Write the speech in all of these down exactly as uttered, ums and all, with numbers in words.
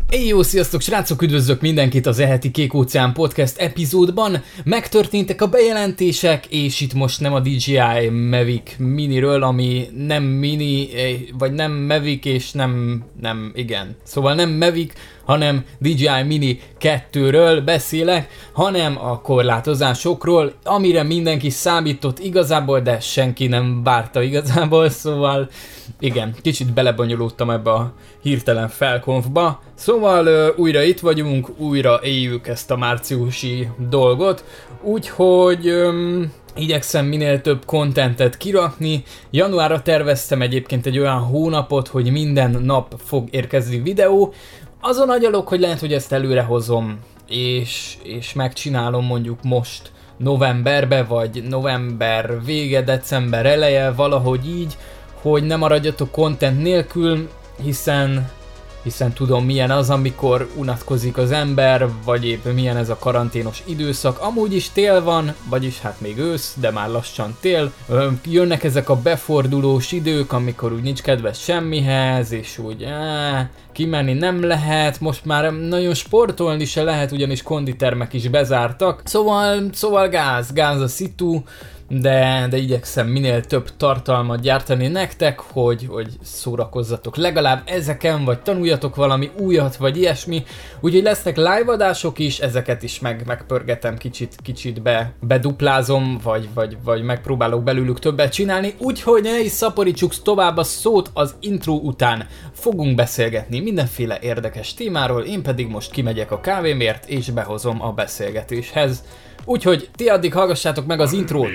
Hey, jó, sziasztok srácok, üdvözlök mindenkit az e-heti Kék Óceán Podcast epizódban. Megtörténtek a bejelentések, és itt most nem a dé jé i Mavic Miniről, ami nem mini, vagy nem Mavic, és nem, nem, igen. Szóval nem Mavic, hanem dé jé i Mini kettőről beszélek, hanem a korlátozásokról, amire mindenki számított igazából, de senki nem várta igazából, szóval igen, kicsit belebonyolódtam ebbe a hirtelen felkonfba. Szóval ö, újra itt vagyunk, újra éljük ezt a márciusi dolgot, úgyhogy ö, igyekszem minél több contentet kirakni. Januárra terveztem egyébként egy olyan hónapot, hogy minden nap fog érkezni videó. Azon agyalok, hogy lehet, hogy ezt előre hozom, és, és megcsinálom mondjuk most novemberbe, vagy november vége, december eleje, valahogy így, hogy ne maradjatok content nélkül, hiszen, hiszen tudom milyen az, amikor unatkozik az ember, vagy épp milyen ez a karanténos időszak. Amúgy is tél van, vagyis hát még ősz, de már lassan tél. Jönnek ezek a befordulós idők, amikor úgy nincs kedves semmihez, és úgy áh, kimenni nem lehet, most már nagyon sportolni se lehet, ugyanis konditermek is bezártak. Szóval, szóval gáz, gáz a szitu. De, de igyekszem minél több tartalmat gyártani nektek, hogy, hogy szórakozzatok legalább ezeken, vagy tanuljatok valami újat, vagy ilyesmi. Úgyhogy lesznek live adások is, ezeket is meg, megpörgetem, kicsit, kicsit be, beduplázom, vagy, vagy, vagy megpróbálok belőlük többet csinálni. Úgyhogy ne is szaporítsuk tovább a szót, az intro után fogunk beszélgetni mindenféle érdekes témáról, én pedig most kimegyek a kávémért, és behozom a beszélgetéshez. Úgyhogy ti addig hallgassátok meg az intrót!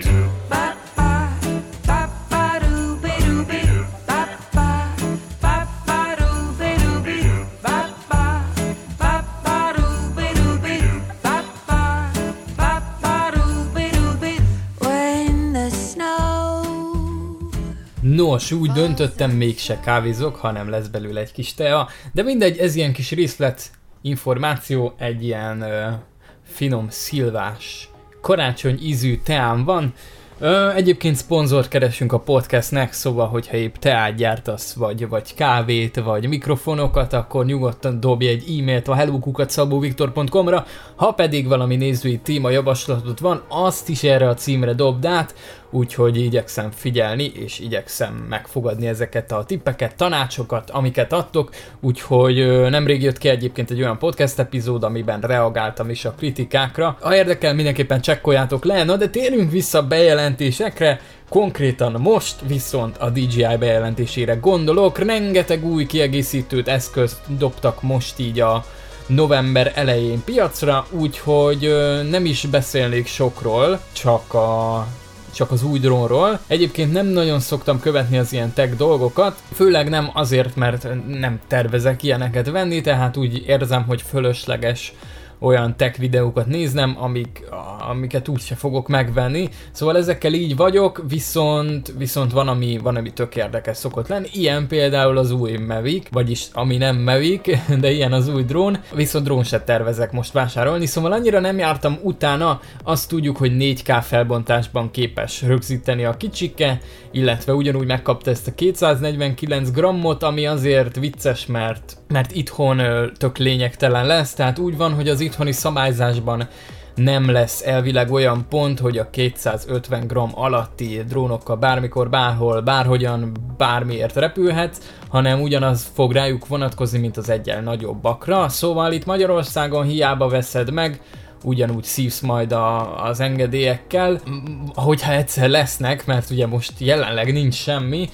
Nos, úgy döntöttem, mégse kávézok, hanem lesz belőle egy kis tea, de mindegy, ez ilyen kis részlet információ, egy ilyen ö, finom, szilvás, karácsony ízű teám van. Ö, egyébként szponzort keresünk a podcastnek, szóval hogyha épp teát gyártasz, vagy, vagy kávét, vagy mikrofonokat, akkor nyugodtan dobj egy e-mailt a hello kukac szabó viktor pont com-ra, ha pedig valami nézői téma javaslatot van, azt is erre a címre dobd át, úgyhogy igyekszem figyelni, és igyekszem megfogadni ezeket a tippeket, tanácsokat, amiket adtok, úgyhogy ö, nemrég jött ki egyébként egy olyan podcast epizód, amiben reagáltam is a kritikákra. Ha érdekel, mindenképpen csekkoljátok le, na de térjünk vissza a bejelentésekre, konkrétan most viszont a dé jé i bejelentésére gondolok, rengeteg új kiegészítőt, eszközt dobtak most így a november elején piacra, úgyhogy ö, nem is beszélnék sokról, csak a... csak az új drónról. Egyébként nem nagyon szoktam követni az ilyen tech dolgokat, főleg nem azért, mert nem tervezek ilyeneket venni, tehát úgy érzem, hogy fölösleges olyan tech videókat néznem, amik, amiket úgyse fogok megvenni. Szóval ezekkel így vagyok, viszont, viszont van, ami, van, ami tök érdekes szokott lenni. Ilyen például az új Mavic, vagyis ami nem Mavic, de ilyen az új drón, viszont drón se tervezek most vásárolni, szóval annyira nem jártam utána, azt tudjuk, hogy négy ká felbontásban képes rögzíteni a kicsike, illetve ugyanúgy megkapta ezt a kétszáznegyvenkilenc grammot, ami azért vicces, mert, mert itthon ö, tök lényegtelen lesz, tehát úgy van, hogy az itthoni szabályzásban nem lesz elvileg olyan pont, hogy a kétszázötven gramm alatti drónokkal bármikor, bárhol, bárhogyan, bármiért repülhetsz, hanem ugyanaz fog rájuk vonatkozni, mint az eggyel nagyobbakra. Szóval itt Magyarországon hiába veszed meg, ugyanúgy szívsz majd a, az engedélyekkel, hogyha egyszer lesznek, mert ugye most jelenleg nincs semmi,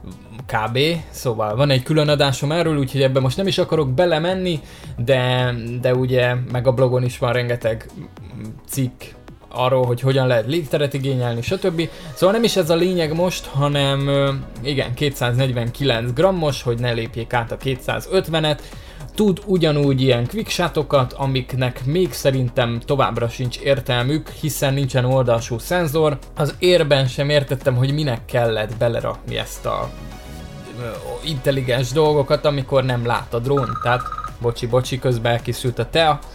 kb. Szóval van egy külön adásom erről, úgyhogy ebben most nem is akarok belemenni, de, de ugye meg a blogon is van rengeteg cikk arról, hogy hogyan lehet légteret igényelni, stb. Szóval nem is ez a lényeg most, hanem igen, kétszáznegyvenkilenc grammos, hogy ne lépjék át a kétszázötvenet, tud ugyanúgy ilyen quickshotokat, amiknek még szerintem továbbra sincs értelmük, hiszen nincsen oldalsó szenzor. Az Airben sem értettem, hogy minek kellett belerakni ezt a intelligens dolgokat, amikor nem lát a drón. Tehát, bocsi, bocsi, közben elkészült a tea.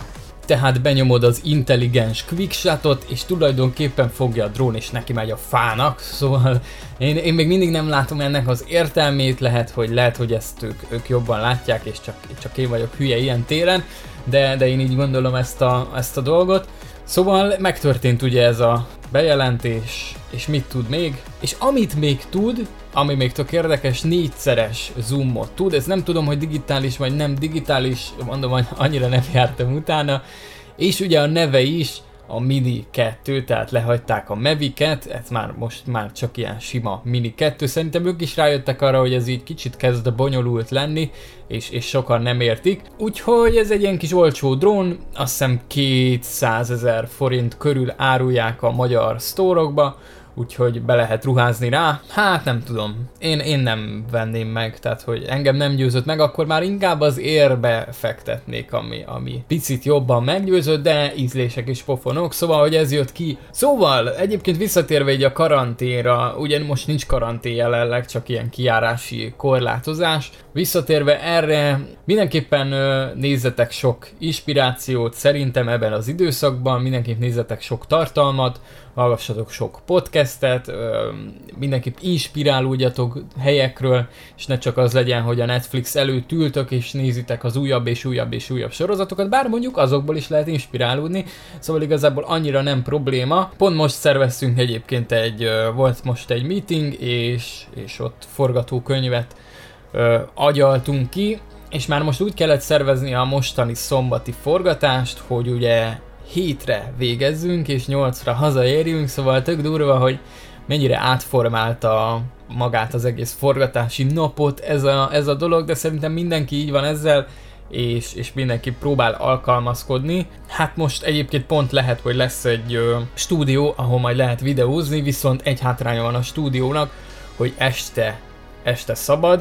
tehát benyomod az intelligens quickshotot, és tulajdonképpen fogja a drón, és neki megy a fának, szóval én, én még mindig nem látom ennek az értelmét, lehet, hogy lehet, hogy ezt ők, ők jobban látják, és csak, csak én vagyok hülye ilyen téren, de, de én így gondolom ezt a, ezt a dolgot. Szóval megtörtént ugye ez a bejelentés, és mit tud még? És amit még tud, ami még tök érdekes, négyszeres zoomot tud, ez nem tudom, hogy digitális vagy nem digitális, mondom, hogy annyira nem jártam utána, és ugye a neve is a Mini kettő, tehát lehagyták a Mavic-et, ez már most már csak ilyen sima Mini kettő, szerintem ők is rájöttek arra, hogy ez így kicsit kezd bonyolult lenni, és, és sokan nem értik, úgyhogy ez egy ilyen kis olcsó drón, azt hiszem kétszázezer forint körül árulják a magyar sztórokba, úgyhogy be lehet ruházni rá. Hát nem tudom, én, én nem venném meg, tehát hogy engem nem győzött meg, akkor már inkább az érbe fektetnék, ami, ami picit jobban meggyőzött, de ízlések és pofonok, szóval hogy ez jött ki. Szóval egyébként visszatérve így a karanténra, ugye most nincs karantén jelenleg, csak ilyen kijárási korlátozás. Visszatérve erre, mindenképpen ö, nézzetek sok inspirációt szerintem ebben az időszakban, mindenképp nézzetek sok tartalmat, hallgassatok sok podcastet, ö, mindenképp inspirálódjatok helyekről, és ne csak az legyen, hogy a Netflix előtt ültök és nézitek az újabb és újabb és újabb sorozatokat, bár mondjuk azokból is lehet inspirálódni, szóval igazából annyira nem probléma. Pont most szerveztünk egyébként egy, ö, volt most egy meeting, és, és ott forgatókönyvet ö, agyaltunk ki, és már most úgy kellett szervezni a mostani szombati forgatást, hogy ugye hétre végezzünk, és nyolcra hazaérjünk, szóval tök durva, hogy mennyire átformálta magát az egész forgatási napot ez a, ez a dolog, de szerintem mindenki így van ezzel, és, és mindenki próbál alkalmazkodni. Hát most egyébként pont lehet, hogy lesz egy ö, stúdió, ahol majd lehet videózni, viszont egy hátránya van a stúdiónak, hogy este, este szabad.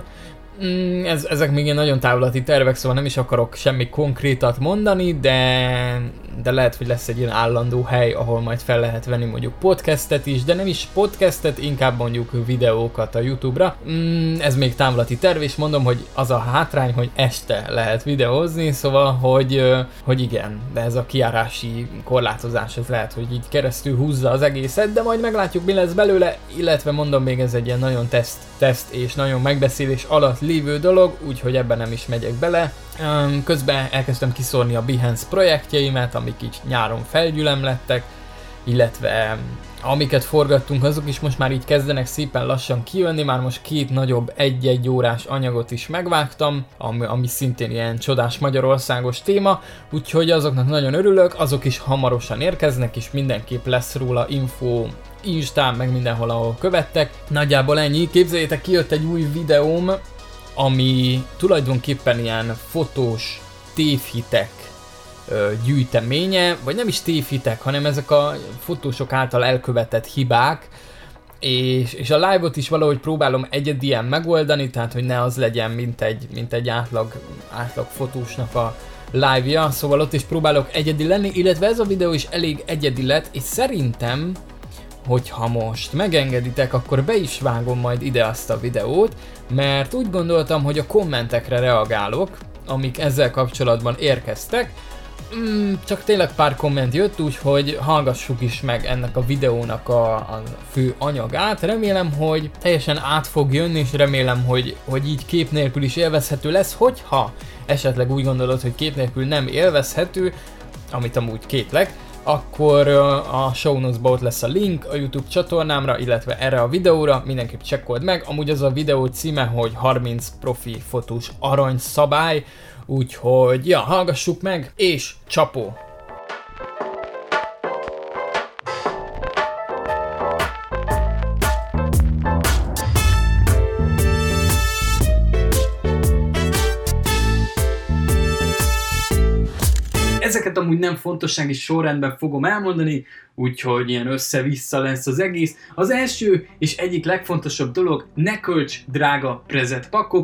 Mm, ez, ezek még ilyen nagyon távlati tervek, szóval nem is akarok semmi konkrétat mondani, de, de lehet, hogy lesz egy ilyen állandó hely, ahol majd fel lehet venni mondjuk podcastet is, de nem is podcastet, inkább mondjuk videókat a YouTube-ra. Mm, ez még távlati terv, és mondom, hogy az a hátrány, hogy este lehet videózni, szóval, hogy, hogy igen, de ez a kijárási korlátozás, ez lehet, hogy így keresztül húzza az egészet, de majd meglátjuk, mi lesz belőle, illetve mondom, még ez egy ilyen nagyon teszt, teszt és nagyon megbeszélés alatt lévő dolog, úgyhogy ebben nem is megyek bele. Közben elkezdtem kiszórni a Behance projektjeimet, amik így nyáron felgyülemlettek, illetve amiket forgattunk, azok is most már így kezdenek szépen lassan kijönni, már most két nagyobb egy-egy órás anyagot is megvágtam, ami, ami szintén ilyen csodás magyarországos téma, úgyhogy azoknak nagyon örülök, azok is hamarosan érkeznek, és mindenképp lesz róla info Instán, meg mindenhol, ahol követtek. Nagyjából ennyi, képzeljétek, kijött egy új videóm, ami tulajdonképpen ilyen fotós tévhitek ö, gyűjteménye, vagy nem is tévhitek, hanem ezek a fotósok által elkövetett hibák, és, és a live-ot is valahogy próbálom egyedien megoldani, tehát hogy ne az legyen, mint egy, mint egy átlag, átlag fotósnak a live-ja, szóval ott is próbálok egyedi lenni, illetve ez a videó is elég egyedi lett, és szerintem, hogyha most megengeditek, akkor be is vágom majd ide azt a videót, mert úgy gondoltam, hogy a kommentekre reagálok, amik ezzel kapcsolatban érkeztek. Mm, csak tényleg pár komment jött, úgyhogy hallgassuk is meg ennek a videónak a, a fő anyagát. Remélem, hogy teljesen át fog jönni, és remélem, hogy, hogy így kép nélkül is élvezhető lesz, hogyha esetleg úgy gondolod, hogy kép nélkül nem élvezhető, amit amúgy kétlek, akkor a show notes-ba ott lesz a link a YouTube csatornámra, illetve erre a videóra, mindenképp csekkold meg. Amúgy az a videó címe, hogy harminc profi fotós arany szabály, úgyhogy ja, hallgassuk meg, és csapó! Ezeket amúgy nem fontossági sorrendben fogom elmondani, úgyhogy ilyen össze-vissza lesz az egész. Az első és egyik legfontosabb dolog, ne költs drága prezent pakkokra,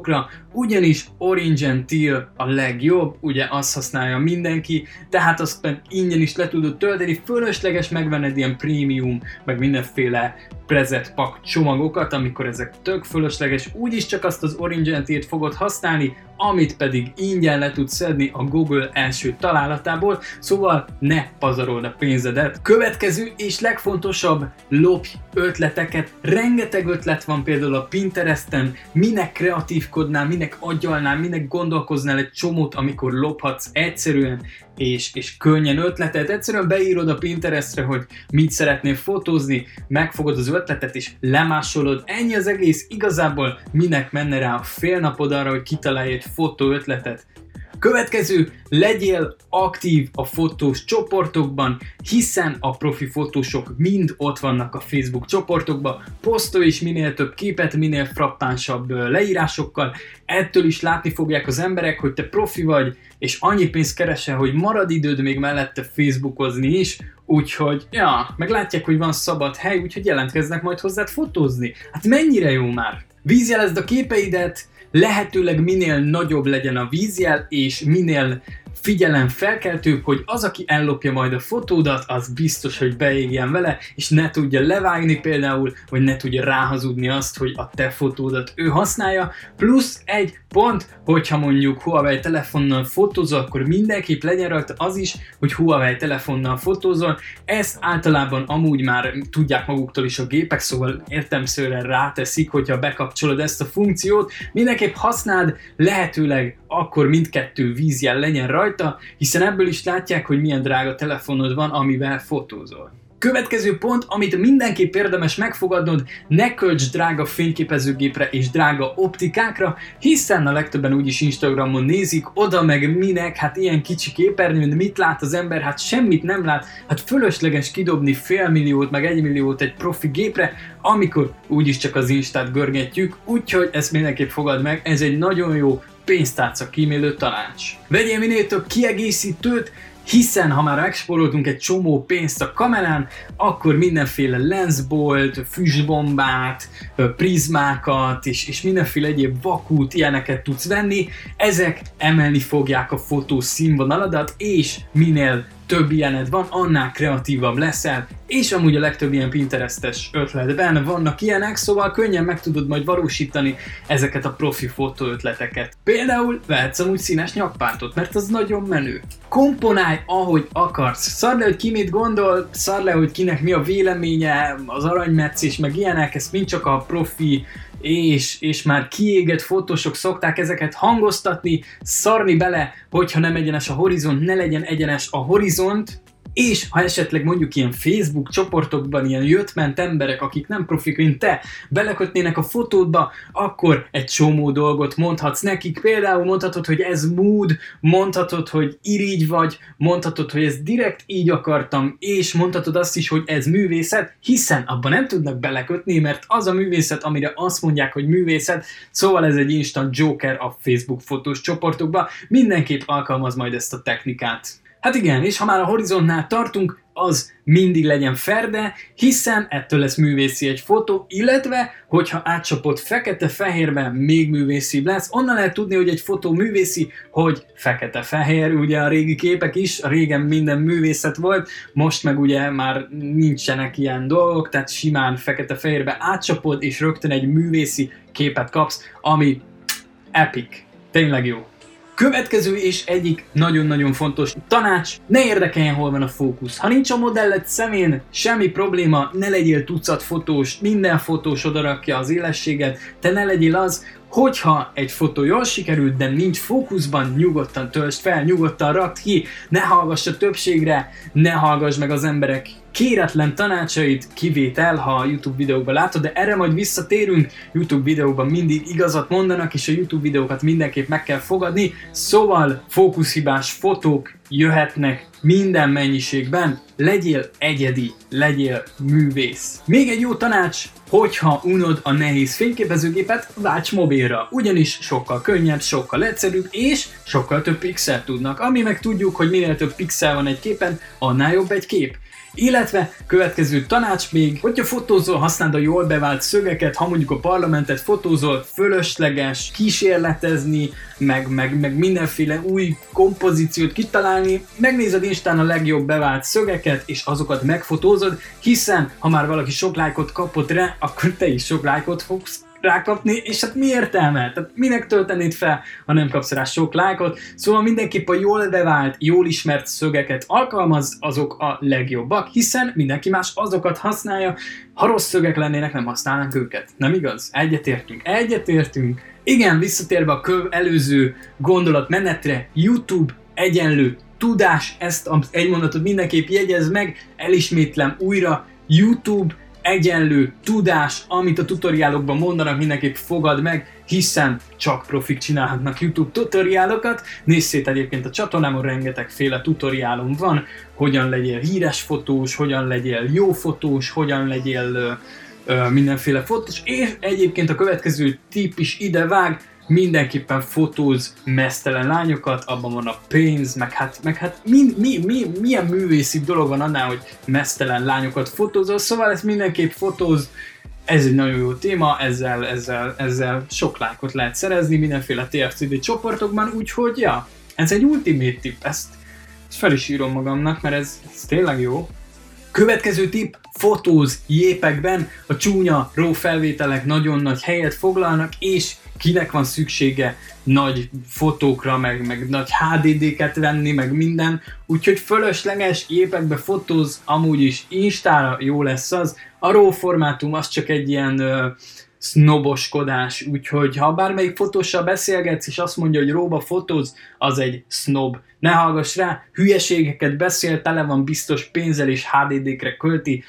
ugyanis Orange and Teal a legjobb, ugye azt használja mindenki, tehát azt ingyen is le tudod tölteni, fölösleges megvenned ilyen prémium, meg mindenféle prezet pak csomagokat, amikor ezek tök fölösleges, úgyis csak azt az Orange and Teal-t fogod használni, amit pedig ingyen le tudsz szedni a Google első találatából, szóval ne pazarold a pénzedet. Következő és legfontosabb, lopj ötleteket. Rengeteg ötlet van például a Pinteresten, minek kreatívkodnál, minek agyalnál, minek gondolkoznál egy csomót, amikor lophatsz egyszerűen és, és könnyen ötletet. Egyszerűen beírod a Pinterestre, hogy mit szeretnél fotózni, megfogod az ötletet és lemásolod. Ennyi az egész, igazából minek menne rá a fél napod arra, hogy kitalálj egy fotó ötletet. Következő, legyél aktív a fotós csoportokban, hiszen a profi fotósok mind ott vannak a Facebook csoportokban, posztolj is minél több képet, minél frappánsabb leírásokkal, ettől is látni fogják az emberek, hogy te profi vagy, és annyi pénzt keresel, hogy marad időd még mellette Facebookozni is, úgyhogy, ja, meg látják, hogy van szabad hely, úgyhogy jelentkeznek majd hozzád fotózni. Hát mennyire jó már! Vízjelezd a képeidet, lehetőleg minél nagyobb legyen a vízjel, és minél figyelemfelkeltőbb, hogy az, aki ellopja majd a fotódat, az biztos, hogy beégjen vele, és ne tudja levágni például, vagy ne tudja ráhazudni azt, hogy a te fotódat ő használja. Plusz egy pont, hogyha mondjuk Huawei telefonnal fotózol, akkor mindenképp legyen rajta az is, hogy Huawei telefonnal fotózol. Ezt általában amúgy már tudják maguktól is a gépek, szóval értelemszerűen ráteszik, hogyha bekapcsolod ezt a funkciót. Mindenképp használd, lehetőleg akkor mindkettő vízjel legyen rajta, hiszen ebből is látják, hogy milyen drága telefonod van, amivel fotózol. Következő pont, amit mindenképp érdemes megfogadnod, ne költs drága fényképezőgépre és drága optikákra, hiszen a legtöbben úgyis Instagramon nézik, oda meg minek, hát ilyen kicsi képernyőn mit lát az ember, hát semmit nem lát, hát fölösleges kidobni fél milliót meg egy milliót egy profi gépre, amikor úgyis csak az Instát görgetjük, úgyhogy ezt mindenképp fogad meg, ez egy nagyon jó pénztárca kímélő tanács. Vegyél minél több kiegészítőt, hiszen ha már megspóroltunk egy csomó pénzt a kamerán, akkor mindenféle lensbolt, füstbombát, prizmákat és, és mindenféle egyéb vakút, ilyeneket tudsz venni. Ezek emelni fogják a fotó színvonaladat, és minél több ilyened van, annál kreatívabb leszel, és amúgy a legtöbb ilyen Pinterestes ötletben vannak ilyenek, szóval könnyen meg tudod majd valósítani ezeket a profi fotó ötleteket. Például vehetsz amúgy színes nyakpártot, mert az nagyon menő. Komponálj, ahogy akarsz. Szard le, hogy ki mit gondol, szard le, hogy kinek mi a véleménye, az aranymetszés, meg ilyenek, ezt mind csak a profi és, és már kiégett fotósok szokták ezeket hangoztatni, szarni bele, hogyha nem egyenes a horizont, ne legyen egyenes a horizont, és ha esetleg mondjuk ilyen Facebook csoportokban ilyen jött-ment emberek, akik nem profik, mint te, belekötnének a fotódba, akkor egy csomó dolgot mondhatsz nekik. Például mondhatod, hogy ez mood, mondhatod, hogy irigy vagy, mondhatod, hogy ez direkt így akartam, és mondhatod azt is, hogy ez művészet, hiszen abban nem tudnak belekötni, mert az a művészet, amire azt mondják, hogy művészet, szóval ez egy instant joker a Facebook fotós csoportokban. Mindenképp alkalmaz majd ezt a technikát. Hát igen, és ha már a horizontnál tartunk, az mindig legyen ferde, hiszen ettől lesz művészi egy fotó, illetve, hogyha átcsapod fekete-fehérbe, még művészibb lesz. Onnan lehet tudni, hogy egy fotó művészi, hogy fekete-fehér, ugye a régi képek is, a régen minden művészet volt, most meg ugye már nincsenek ilyen dolgok, tehát simán fekete-fehérbe átcsapod, és rögtön egy művészi képet kapsz, ami epic, tényleg jó. Következő és egyik nagyon-nagyon fontos tanács, ne érdekeljen, hol van a fókusz. Ha nincs a modelled szemén, semmi probléma, ne legyél tucat fotós, minden fotós odarakja az élességet, te ne legyél az, hogyha egy fotó jól sikerült, de nincs fókuszban, nyugodtan töltsd fel, nyugodtan rakd ki, ne hallgass a többségre, ne hallgass meg az emberek kéretlen tanácsait, kivétel, ha a YouTube videókban látod, de erre majd visszatérünk. YouTube videóban mindig igazat mondanak, és a YouTube videókat mindenképp meg kell fogadni, szóval fókuszhibás fotók jöhetnek minden mennyiségben, legyél egyedi, legyél művész. Még egy jó tanács, hogyha unod a nehéz fényképezőgépet, válts mobilra, ugyanis sokkal könnyebb, sokkal egyszerűbb, és sokkal több pixel tudnak, ami meg tudjuk, hogy minél több pixel van egy képen, annál jobb egy kép. Illetve következő tanács még, hogyha fotózol, használd a jól bevált szögeket, ha mondjuk a parlamentet fotózol, fölösleges kísérletezni, meg, meg, meg mindenféle új kompozíciót kitalálni, megnézed Instán a legjobb bevált szögeket, és azokat megfotózod, hiszen ha már valaki sok lájkot kapott rá, akkor te is sok lájkot fogsz rákapni, és hát mi értelme? Tehát minek töltenéd fel, ha nem kapsz rá sok lájkot? Szóval mindenképp a jól bevált, jól ismert szögeket alkalmaz, azok a legjobbak, hiszen mindenki más azokat használja, ha rossz szögek lennének, nem használnánk őket. Nem igaz? Egyetértünk, egyetértünk. Igen, visszatérve a köv előző gondolatmenetre, YouTube egyenlő tudás, ezt az egy mondatot mindenképp jegyez meg, elismétlem újra, YouTube egyenlő tudás, amit a tutoriálokban mondanak, mindenképp fogad meg, hiszen csak profik csinálhatnak YouTube tutoriálokat. Nézz szét egyébként a csatornámon, rengetegféle tutoriálom van, hogyan legyél híres fotós, hogyan legyél jó fotós, hogyan legyél ö, ö, mindenféle fotós, és egyébként a következő tipp is ide vág, mindenképpen fotóz meztelen lányokat, abban van a pénz, meg hát, meg hát mi, mi, mi, milyen művészi dolog van annál, hogy meztelen lányokat fotózol, szóval ezt mindenképp fotóz, ez egy nagyon jó téma, ezzel, ezzel, ezzel sok lájkot lehet szerezni mindenféle té ef cé dé csoportokban, úgyhogy ja, ez egy ultimate tip, ezt, ezt fel is írom magamnak, mert ez, ez tényleg jó. Következő tipp, fotóz jépekben, a csúnya RAW felvételek nagyon nagy helyet foglalnak, és kinek van szüksége nagy fotókra, meg, meg nagy há dé dé-ket venni, meg minden, úgyhogy fölösleges jépekbe fotóz, amúgy is Instára jó lesz az. A RAW formátum az csak egy ilyen uh, sznoboskodás, úgyhogy ha bármelyik fotóssal beszélgetsz, és azt mondja, hogy RAW-ba fotóz, az egy sznob. Ne hallgass rá, hülyeségeket beszél, tele van biztos pénzzel és há dé dé-kre költi,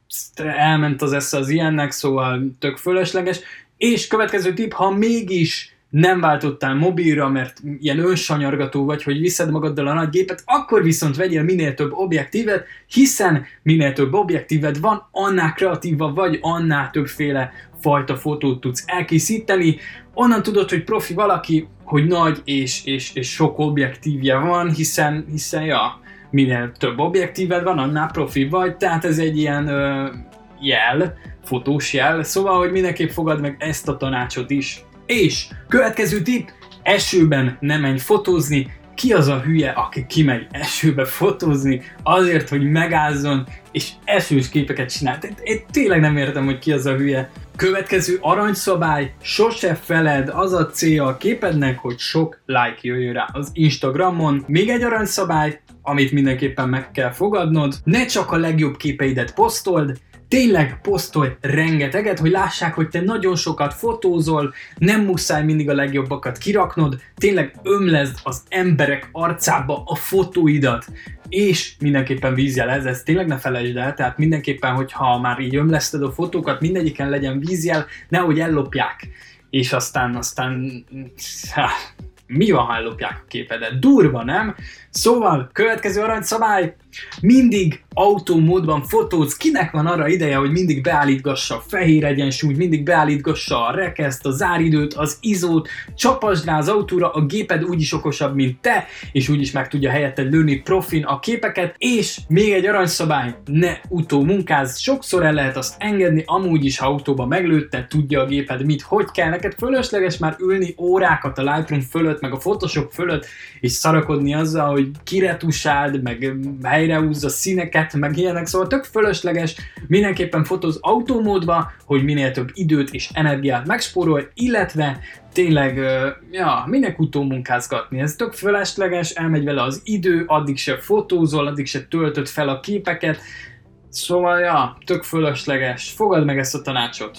elment az esze az ilyennek, szóval tök fölösleges. És következő tipp, ha mégis nem váltottál mobilra, mert ilyen önsanyargató vagy, hogy viszed magaddal a nagy gépet, akkor viszont vegyél minél több objektívet, hiszen minél több objektíved van, annál kreatívabb vagy, annál többféle fajta fotót tudsz elkészíteni. Onnan tudod, hogy profi valaki, hogy nagy és, és, és sok objektívje van, hiszen, hiszen ja, minél több objektíved van, annál profi vagy, tehát ez egy ilyen ö, jel, fotós jel, szóval, hogy mindenképp fogad meg ezt a tanácsot is. És következő tipp, esőben nem menj fotózni. Ki az a hülye, aki kimegy esőbe fotózni azért, hogy megázzon és esős képeket csinál? Én tényleg nem értem, hogy ki az a hülye. Következő aranyszabály, sose feled, az a célja a képednek, hogy sok like jöjjön rá az Instagramon. Még egy aranyszabály, amit mindenképpen meg kell fogadnod, ne csak a legjobb képeidet posztold, tényleg posztolj rengeteget, hogy lássák, hogy te nagyon sokat fotózol, nem muszáj mindig a legjobbakat kiraknod, tényleg ömlezd az emberek arcába a fotóidat, és mindenképpen vízjelez, ezt tényleg ne felejtsd el, tehát mindenképpen, hogyha már így ömleszted a fotókat, mindegyiken legyen vízjel, nehogy ellopják, és aztán, aztán, ha, mi van, ha ellopják a képedet? Durva, nem? Szóval, következő aranyszabály, mindig autómódban fotóz, kinek van arra ideje, hogy mindig beállítgassa a fehér egyensúlyt, mindig beállítgassa a rekeszt, a záridőt, az izót, csapasd rá az autóra, a géped úgyis okosabb, mint te, és úgyis meg tudja helyetted lőni profin a képeket, és még egy aranyszabály, ne utómunkázz, sokszor el lehet azt engedni, amúgy is, ha autóba meglőtted, tudja a géped mit, hogy kell, neked fölösleges már ülni órákat a Lightroom fölött, meg a Photoshop fölött, és szarakodni azzal, hogy kiretusáld, meg helyrehúzz a színeket, meg ilyenek, szóval tök fölösleges, mindenképpen fotóz autómódba, hogy minél több időt és energiát megspórolj, illetve tényleg, ja, minek utómunkázgatni, ez tök fölösleges, elmegy vele az idő, addig se fotózol, addig se töltöd fel a képeket, szóval ja, tök fölösleges, fogad meg ezt a tanácsot.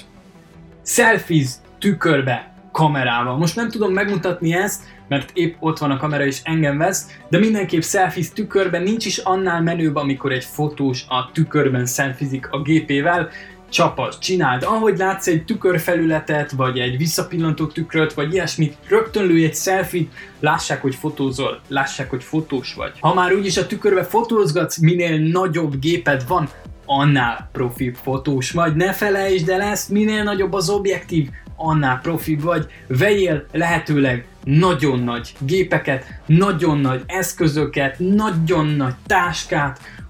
Selfies tükörbe, kamerával. Most nem tudom megmutatni ezt, mert épp ott van a kamera és engem vesz, de mindenképp selfies tükörben, nincs is annál menőbb, amikor egy fotós a tükörben selfizik a gépével. Csapasd, csináld, ahogy látsz egy tükörfelületet, vagy egy visszapillantó tükröt, vagy ilyesmit, rögtön lőj egy selfie-t, lássák, hogy fotózol, lássák, hogy fotós vagy. Ha már úgyis a tükörbe fotózgatsz, minél nagyobb géped van, annál profi fotós vagy. Ne felejtsd el ezt, minél nagyobb az objektív, annál profi vagy. Vegyél lehetőleg nagyon nagy gépeket, nagyon nagy eszközöket, nagyon nagy táskát,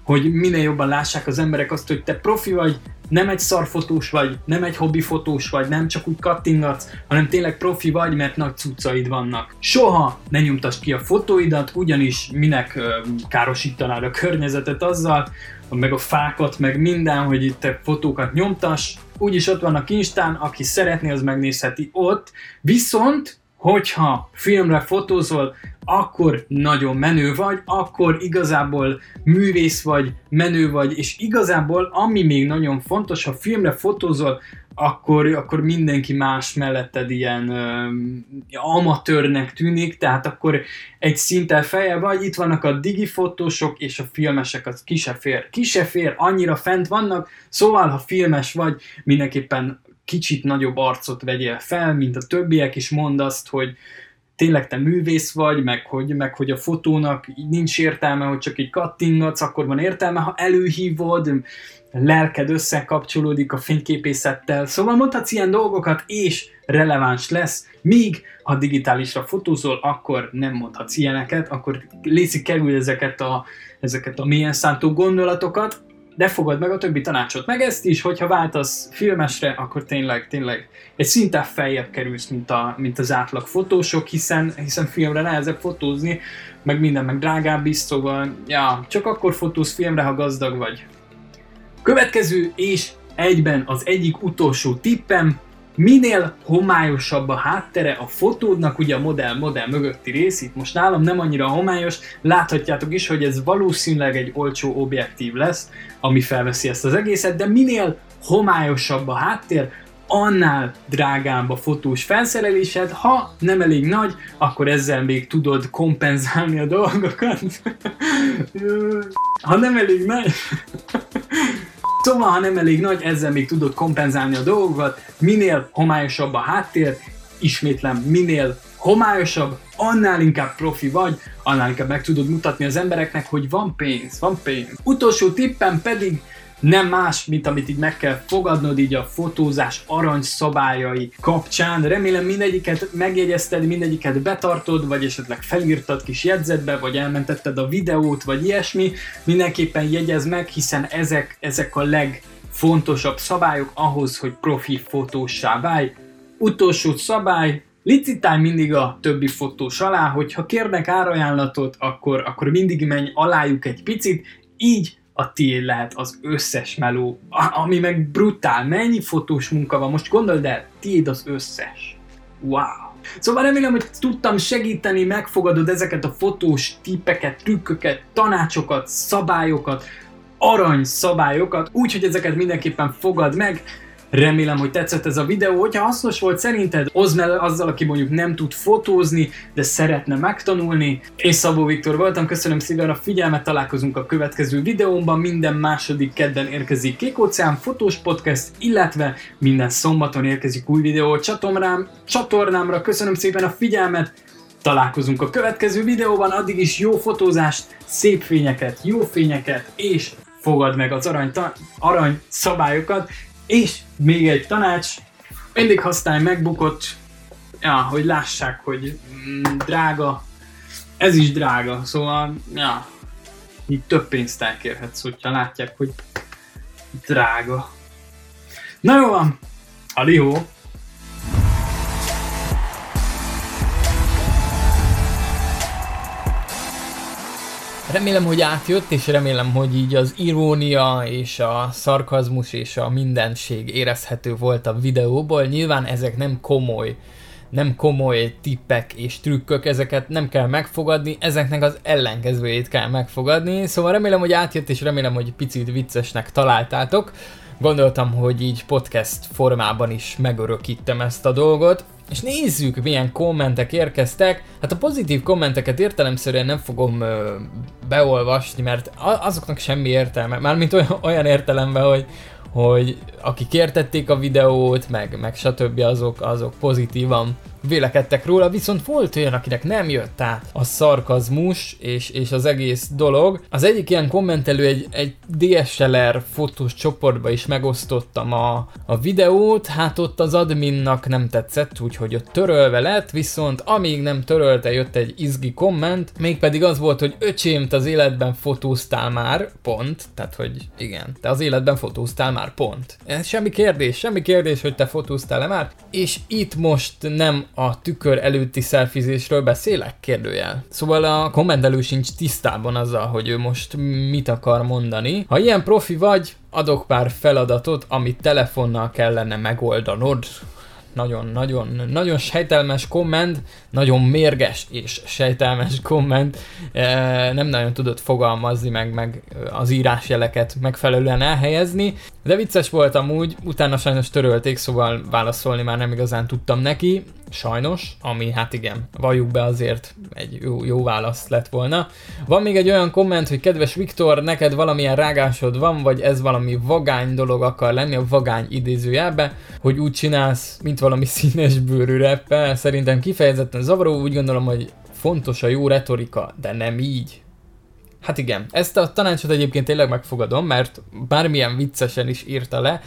hogy minél jobban lássák az emberek azt, hogy te profi vagy, nem egy szarfotós vagy, nem egy hobbifotós vagy, nem csak úgy kattingatsz, hanem tényleg profi vagy, mert nagy cuccaid vannak. Soha ne nyomtasd ki a fotóidat, ugyanis minek ö, károsítanád a környezetet azzal, meg a fákat, meg minden, hogy itt te fotókat nyomtass. Úgyis ott vannak Instán, aki szeretné, az megnézheti ott. Viszont, hogyha filmre fotózol, akkor nagyon menő vagy, akkor igazából művész vagy, menő vagy, és igazából ami még nagyon fontos, ha filmre fotózol, akkor, akkor mindenki más melletted ilyen ö, amatőrnek tűnik, tehát akkor egy szinttel feljebb vagy, itt vannak a digifotósok és a filmesek, az ki se fér. Ki se fér, annyira fent vannak, szóval ha filmes vagy, mindenképpen kicsit nagyobb arcot vegyél fel, mint a többiek, és mondd azt, hogy tényleg te művész vagy, meg hogy, meg hogy a fotónak nincs értelme, hogy csak így kattingatsz, akkor van értelme, ha előhívod, lelked összekapcsolódik a fényképészettel, szóval mondhatsz ilyen dolgokat, és releváns lesz, míg ha digitálisra fotózol, akkor nem mondhatsz ilyeneket, akkor léci kerülj ezeket a, ezeket a mélyen szántó gondolatokat, de fogad meg a többi tanácsot, meg ezt is, hogyha váltasz filmesre, akkor tényleg, tényleg egy szinten feljebb kerülsz, mint, a, mint az átlag fotósok, hiszen, hiszen filmre nehezebb fotózni, meg minden, meg drágább is, szóval, ja, csak akkor fotóz filmre, ha gazdag vagy. Következő és egyben az egyik utolsó tippem, minél homályosabb a háttere a fotódnak, ugye a modell, modell mögötti rész, itt most nálam nem annyira homályos, láthatjátok is, hogy ez valószínűleg egy olcsó objektív lesz, ami felveszi ezt az egészet, de minél homályosabb a háttér, annál drágább a fotós felszerelésed, ha nem elég nagy, akkor ezzel még tudod kompenzálni a dolgokat. Ha nem elég nagy... Szóval, ha nem elég nagy, ezzel még tudod kompenzálni a dolgokat, minél homályosabb a háttér, ismétlem, minél homályosabb, annál inkább profi vagy, annál inkább meg tudod mutatni az embereknek, hogy van pénz, van pénz. Utolsó tippem pedig nem más, mint amit így meg kell fogadnod így a fotózás aranyszabályai kapcsán. Remélem mindegyiket megjegyezted, mindegyiket betartod, vagy esetleg felírtad kis jegyzetbe, vagy elmentetted a videót, vagy ilyesmi. Mindenképpen jegyezd meg, hiszen ezek, ezek a legfontosabb szabályok ahhoz, hogy profi fotóssá válj. Utolsó szabály, licitálj mindig a többi fotós alá, hogyha kérnek árajánlatot, akkor, akkor mindig menj alájuk egy picit, így a tiéd lehet az összes meló, ami meg brutál, mennyi fotós munka van, most gondold el, tiéd az összes. Wow! Szóval remélem, hogy tudtam segíteni, megfogadod ezeket a fotós tippeket, trükköket, tanácsokat, szabályokat, arany szabályokat, úgyhogy ezeket mindenképpen fogad meg. Remélem, hogy tetszett ez a videó, hogyha hasznos volt szerinted, oszd el azzal, aki mondjuk nem tud fotózni, de szeretne megtanulni. Én Szabó Viktor voltam, köszönöm szépen a figyelmet, találkozunk a következő videómban, minden második kedden érkezik Kék Óceán Fotós Podcast, illetve minden szombaton érkezik új videó a csatornám, csatornámra, köszönöm szépen a figyelmet, találkozunk a következő videóban, addig is jó fotózást, szép fényeket, jó fényeket, és fogad meg az arany, arany szabályokat. És még egy tanács, mindig használj MacBookot, ja, hogy lássák, hogy mm, drága, ez is drága, szóval ja, így több pénzt elkérhetsz, hogyha látják, hogy drága. Na jó van, alihó! Remélem, hogy átjött, és remélem, hogy így az irónia és a szarkazmus és a mindenség érezhető volt a videóból. Nyilván ezek nem komoly, nem komoly tippek és trükkök, ezeket nem kell megfogadni, ezeknek az ellenkezőjét kell megfogadni. Szóval remélem, hogy átjött, és remélem, hogy picit viccesnek találtátok. Gondoltam, hogy így podcast formában is megörökítem ezt a dolgot. És nézzük, milyen kommentek érkeztek. Hát a pozitív kommenteket értelemszerűen nem fogom ö, beolvasni, mert azoknak semmi értelme. Mármint olyan, olyan értelemben, hogy, hogy akik értették a videót, meg, meg stb. azok, azok pozitívan vélekedtek róla, viszont volt olyan, akinek nem jött át a szarkazmus és, és az egész dolog. Az egyik ilyen kommentelő egy, egy dé es el er fotós csoportba is megosztottam a, a videót, hát ott az adminnak nem tetszett, úgyhogy ott törölve lett, viszont amíg nem törölte, jött egy izgi komment, mégpedig az volt, hogy öcsém, te az életben fotóztál már, pont, tehát hogy igen, te az életben fotóztál már, pont. Semmi kérdés, semmi kérdés, hogy te fotóztál-e már, és itt most nem a tükör előtti szelfizésről beszélek? Kérdőjel. Szóval a kommentelő sincs tisztában azzal, hogy ő most mit akar mondani. Ha ilyen profi vagy, adok pár feladatot, amit telefonnal kellene megoldanod. Nagyon-nagyon nagyon sejtelmes komment, nagyon mérges és sejtelmes komment, e, nem nagyon tudott fogalmazni, meg, meg az írásjeleket megfelelően elhelyezni, de vicces volt amúgy, utána sajnos törölték, szóval válaszolni már nem igazán tudtam neki, sajnos, ami hát igen, valljuk be azért egy jó, jó válasz lett volna. Van még egy olyan komment, hogy kedves Viktor, neked valamilyen rágásod van, vagy ez valami vagány dolog akar lenni, a vagány idézőjelbe, hogy úgy csinálsz, mint valami színes bőrű rappel, szerintem kifejezetten zavaró, úgy gondolom, hogy fontos a jó retorika, de nem így. Hát igen, ezt a tanácsot egyébként tényleg megfogadom, mert bármilyen viccesen is írta le,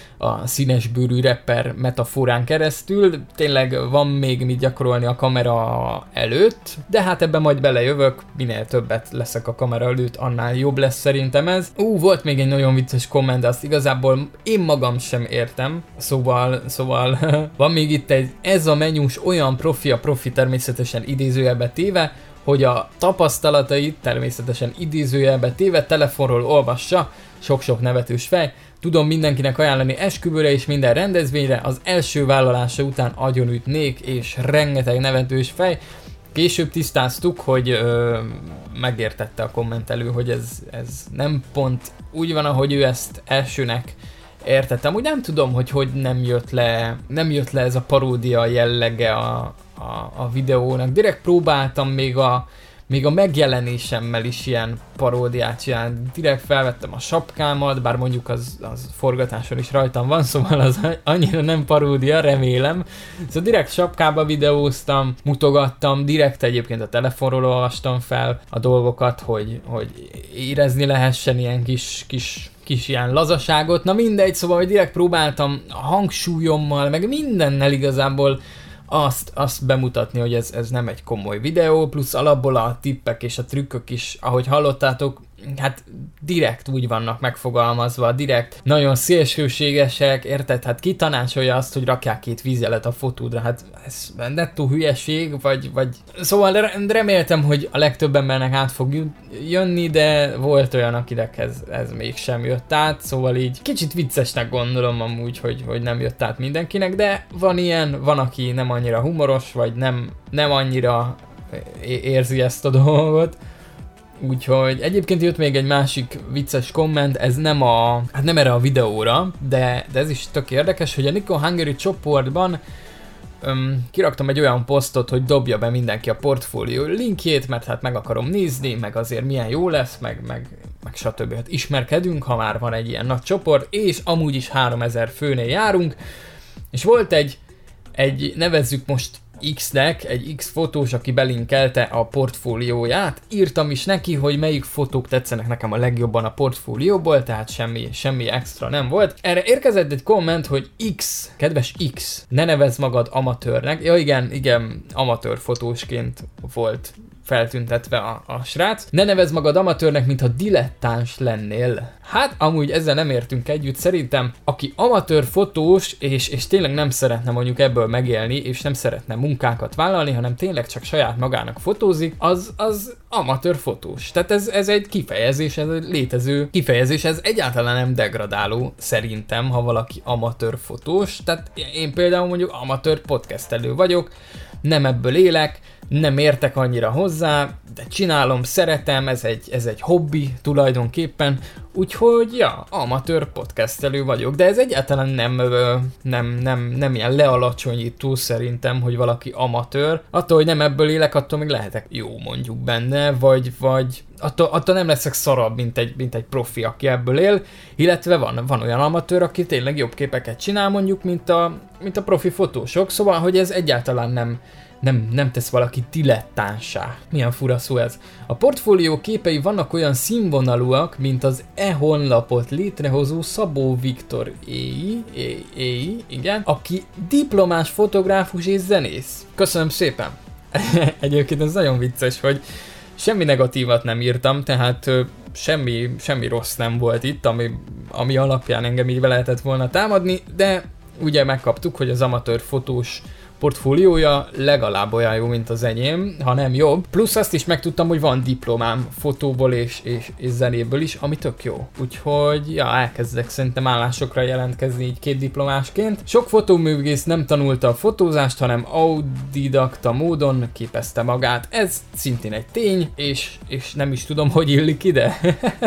a színes bőrű rapper metaforán keresztül, tényleg van még mit gyakorolni a kamera előtt, de hát ebben majd belejövök, minél többet leszek a kamera előtt, annál jobb lesz szerintem ez. Ú, volt még egy nagyon vicces komment, de azt igazából én magam sem értem, szóval, szóval van még itt egy, ez a menyus olyan profi, a profi természetesen idézőjelbe téve, hogy a tapasztalatait természetesen idézőjelbe téve telefonról olvassa, sok-sok nevetős fej. Tudom mindenkinek ajánlani esküvőre és minden rendezvényre, az első vállalása után agyonütnék és rengeteg nevetős fej. Később tisztáztuk, hogy ö, megértette a kommentelő, hogy ez, ez nem pont úgy van, ahogy ő ezt elsőnek értettem. Úgy nem tudom, hogy hogy nem jött le, nem jött le ez a paródia jellege a, a, a videónak. Direkt próbáltam még a Még a megjelenésemmel is ilyen paródiát csinálni. Direkt felvettem a sapkámat, bár mondjuk az, az forgatáson is rajtam van, szóval az annyira nem paródia, remélem. Szóval direkt sapkába videóztam, mutogattam, direkt egyébként a telefonról olvastam fel a dolgokat, hogy, hogy érezni lehessen ilyen kis, kis, kis ilyen lazaságot. Na mindegy, szóval hogy direkt próbáltam a hangsúlyommal, meg mindennel igazából Azt, azt bemutatni, hogy ez, ez nem egy komoly videó, plusz alapból a tippek és a trükkök is, ahogy hallottátok, hát direkt úgy vannak megfogalmazva, direkt nagyon szélsőségesek, érted? Hát ki tanácsolja azt, hogy rakják két vízjelet a fotódra? Hát ez nettó hülyeség, vagy, vagy... Szóval reméltem, hogy a legtöbb embernek át fog jönni, de volt olyan, akinek ez, ez mégsem jött át, szóval így kicsit viccesnek gondolom amúgy, hogy, hogy nem jött át mindenkinek, de van ilyen, van, aki nem annyira humoros, vagy nem, nem annyira érzi ezt a dolgot. Úgyhogy egyébként jött még egy másik vicces komment, ez nem a, hát nem erre a videóra, de, de ez is tök érdekes, hogy a Nikon Hungary csoportban öm, kiraktam egy olyan posztot, hogy dobja be mindenki a portfólió linkjét, mert hát meg akarom nézni, meg azért milyen jó lesz, meg, meg, meg stb. Hát ismerkedünk, ha már van egy ilyen nagy csoport, és amúgy is háromezer főnél járunk, és volt egy, egy nevezzük most X-nek, egy X fotós, aki belinkelte a portfólióját, írtam is neki, hogy melyik fotók tetszenek nekem a legjobban a portfólióból, tehát semmi, semmi extra nem volt. Erre érkezett egy komment, hogy X, kedves X, ne nevezz magad amatőrnek. Ja igen, igen, amatőr fotósként volt feltüntetve a, a srác. Ne nevezz magad amatőrnek, mintha dilettáns lennél. Hát amúgy ezzel nem értünk együtt, szerintem aki amatőr fotós, és, és tényleg nem szeretne mondjuk ebből megélni, és nem szeretne munkákat vállalni, hanem tényleg csak saját magának fotózik, az, az amatőr fotós. Tehát ez, ez egy kifejezés, ez egy létező kifejezés, ez egyáltalán nem degradáló szerintem, ha valaki amatőr fotós. Tehát én például mondjuk amatőr podcastelő vagyok, nem ebből élek, nem értek annyira hozzá, de csinálom, szeretem, ez egy, ez egy hobbi tulajdonképpen, Úgyhogy, ja, amatőr podcastelő vagyok, de ez egyáltalán nem, nem, nem, nem ilyen lealacsonyító szerintem, hogy valaki amatőr. Attól, hogy nem ebből élek, attól még lehetek jó mondjuk benne, vagy, vagy attól, attól nem leszek szarabb, mint egy, mint egy profi, aki ebből él, illetve van, van olyan amatőr, aki tényleg jobb képeket csinál mondjuk, mint a, mint a profi fotósok, szóval, hogy ez egyáltalán nem, nem, nem tesz valaki dilettánsá. Milyen fura szó ez. A portfólió képei vannak olyan színvonalúak, mint az e-honlapot létrehozó Szabó Viktor éi, éi, éi, igen, aki diplomás fotográfus és zenész. Köszönöm szépen! Egyébként ez nagyon vicces, hogy semmi negatívat nem írtam, tehát ö, semmi, semmi rossz nem volt itt, ami, ami alapján engem így be lehetett volna támadni, de ugye megkaptuk, hogy az amatőr fotós portfóliója legalább olyan jó, mint az enyém, ha nem jobb. Plusz azt is megtudtam, hogy van diplomám fotóból és, és, és zenéből is, ami tök jó. Úgyhogy ja, elkezdek szerintem állásokra jelentkezni így két diplomásként. Sok fotóművész nem tanulta a fotózást, hanem autodidakta módon képezte magát. Ez szintén egy tény, és, és nem is tudom, hogy illik ide.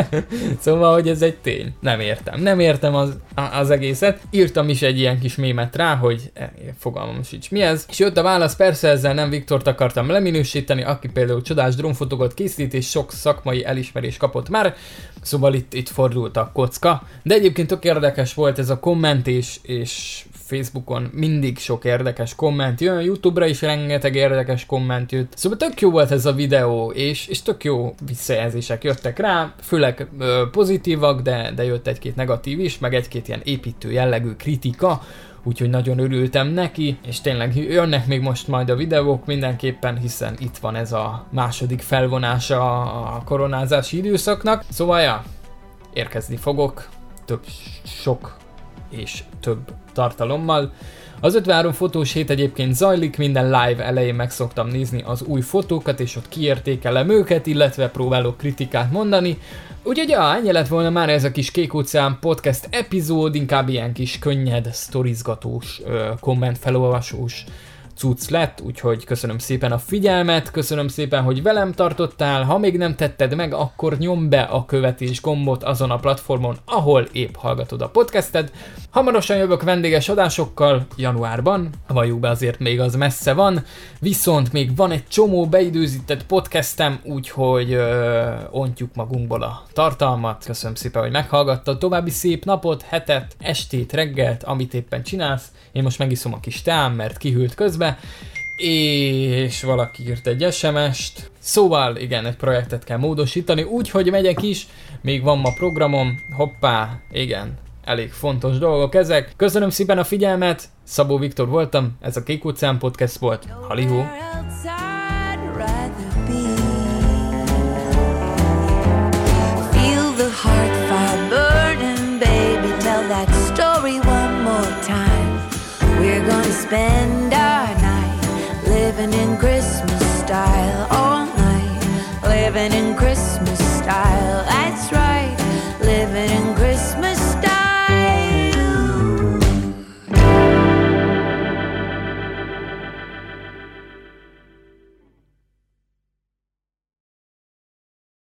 Szóval, hogy ez egy tény. Nem értem. Nem értem az, az egészet. Írtam is egy ilyen kis mémet rá, hogy fogalmam sincs mi ez. És jött a válasz, persze ezzel nem Viktort akartam leminősíteni, aki például csodás drónfotókat készít, és sok szakmai elismerés kapott már, szóval itt, itt fordult a kocka. De egyébként tök érdekes volt ez a komment, és, és Facebookon mindig sok érdekes komment jön, YouTube-ra is rengeteg érdekes komment jött. Szóval tök jó volt ez a videó, és, és tök jó visszajelzések jöttek rá, főleg ö, pozitívak, de, de jött egy-két negatív is, meg egy-két ilyen építő jellegű kritika, úgyhogy nagyon örültem neki, és tényleg jönnek még most majd a videók mindenképpen, hiszen itt van ez a második felvonása a koronázási időszaknak. Szóval ja, érkezni fogok, több, sok és több tartalommal. Az ötvenhárom fotós hét egyébként zajlik, minden live elején meg szoktam nézni az új fotókat, és ott kiértékelem őket, illetve próbálok kritikát mondani. Úgyhogy ja, ennyi lett volna már ez a kis Kék Óceán podcast epizód, inkább ilyen kis könnyed, sztorizgatós, komment felolvasós cucc lett, úgyhogy köszönöm szépen a figyelmet, köszönöm szépen, hogy velem tartottál, ha még nem tetted meg, akkor nyomd be a követés gombot azon a platformon, ahol épp hallgatod a podcasted. Hamarosan jövök vendéges adásokkal, januárban, valljuk be azért még az messze van, viszont még van egy csomó beidőzített podcastem, úgyhogy ö, ontjuk magunkból a tartalmat. Köszönöm szépen, hogy meghallgattad, további szép napot, hetet, estét, reggelt, amit éppen csinálsz. Én most megiszom a kis teám, mert kihűlt közben, és valaki írt egy es em est. Szóval igen, egy projektet kell módosítani, úgyhogy megyek is, még van ma programom, hoppá, igen, elég fontos dolgok ezek. Köszönöm szépen a figyelmet, Szabó Viktor voltam, ez a Kék Óceán Podcast volt, halihó! We're gonna spend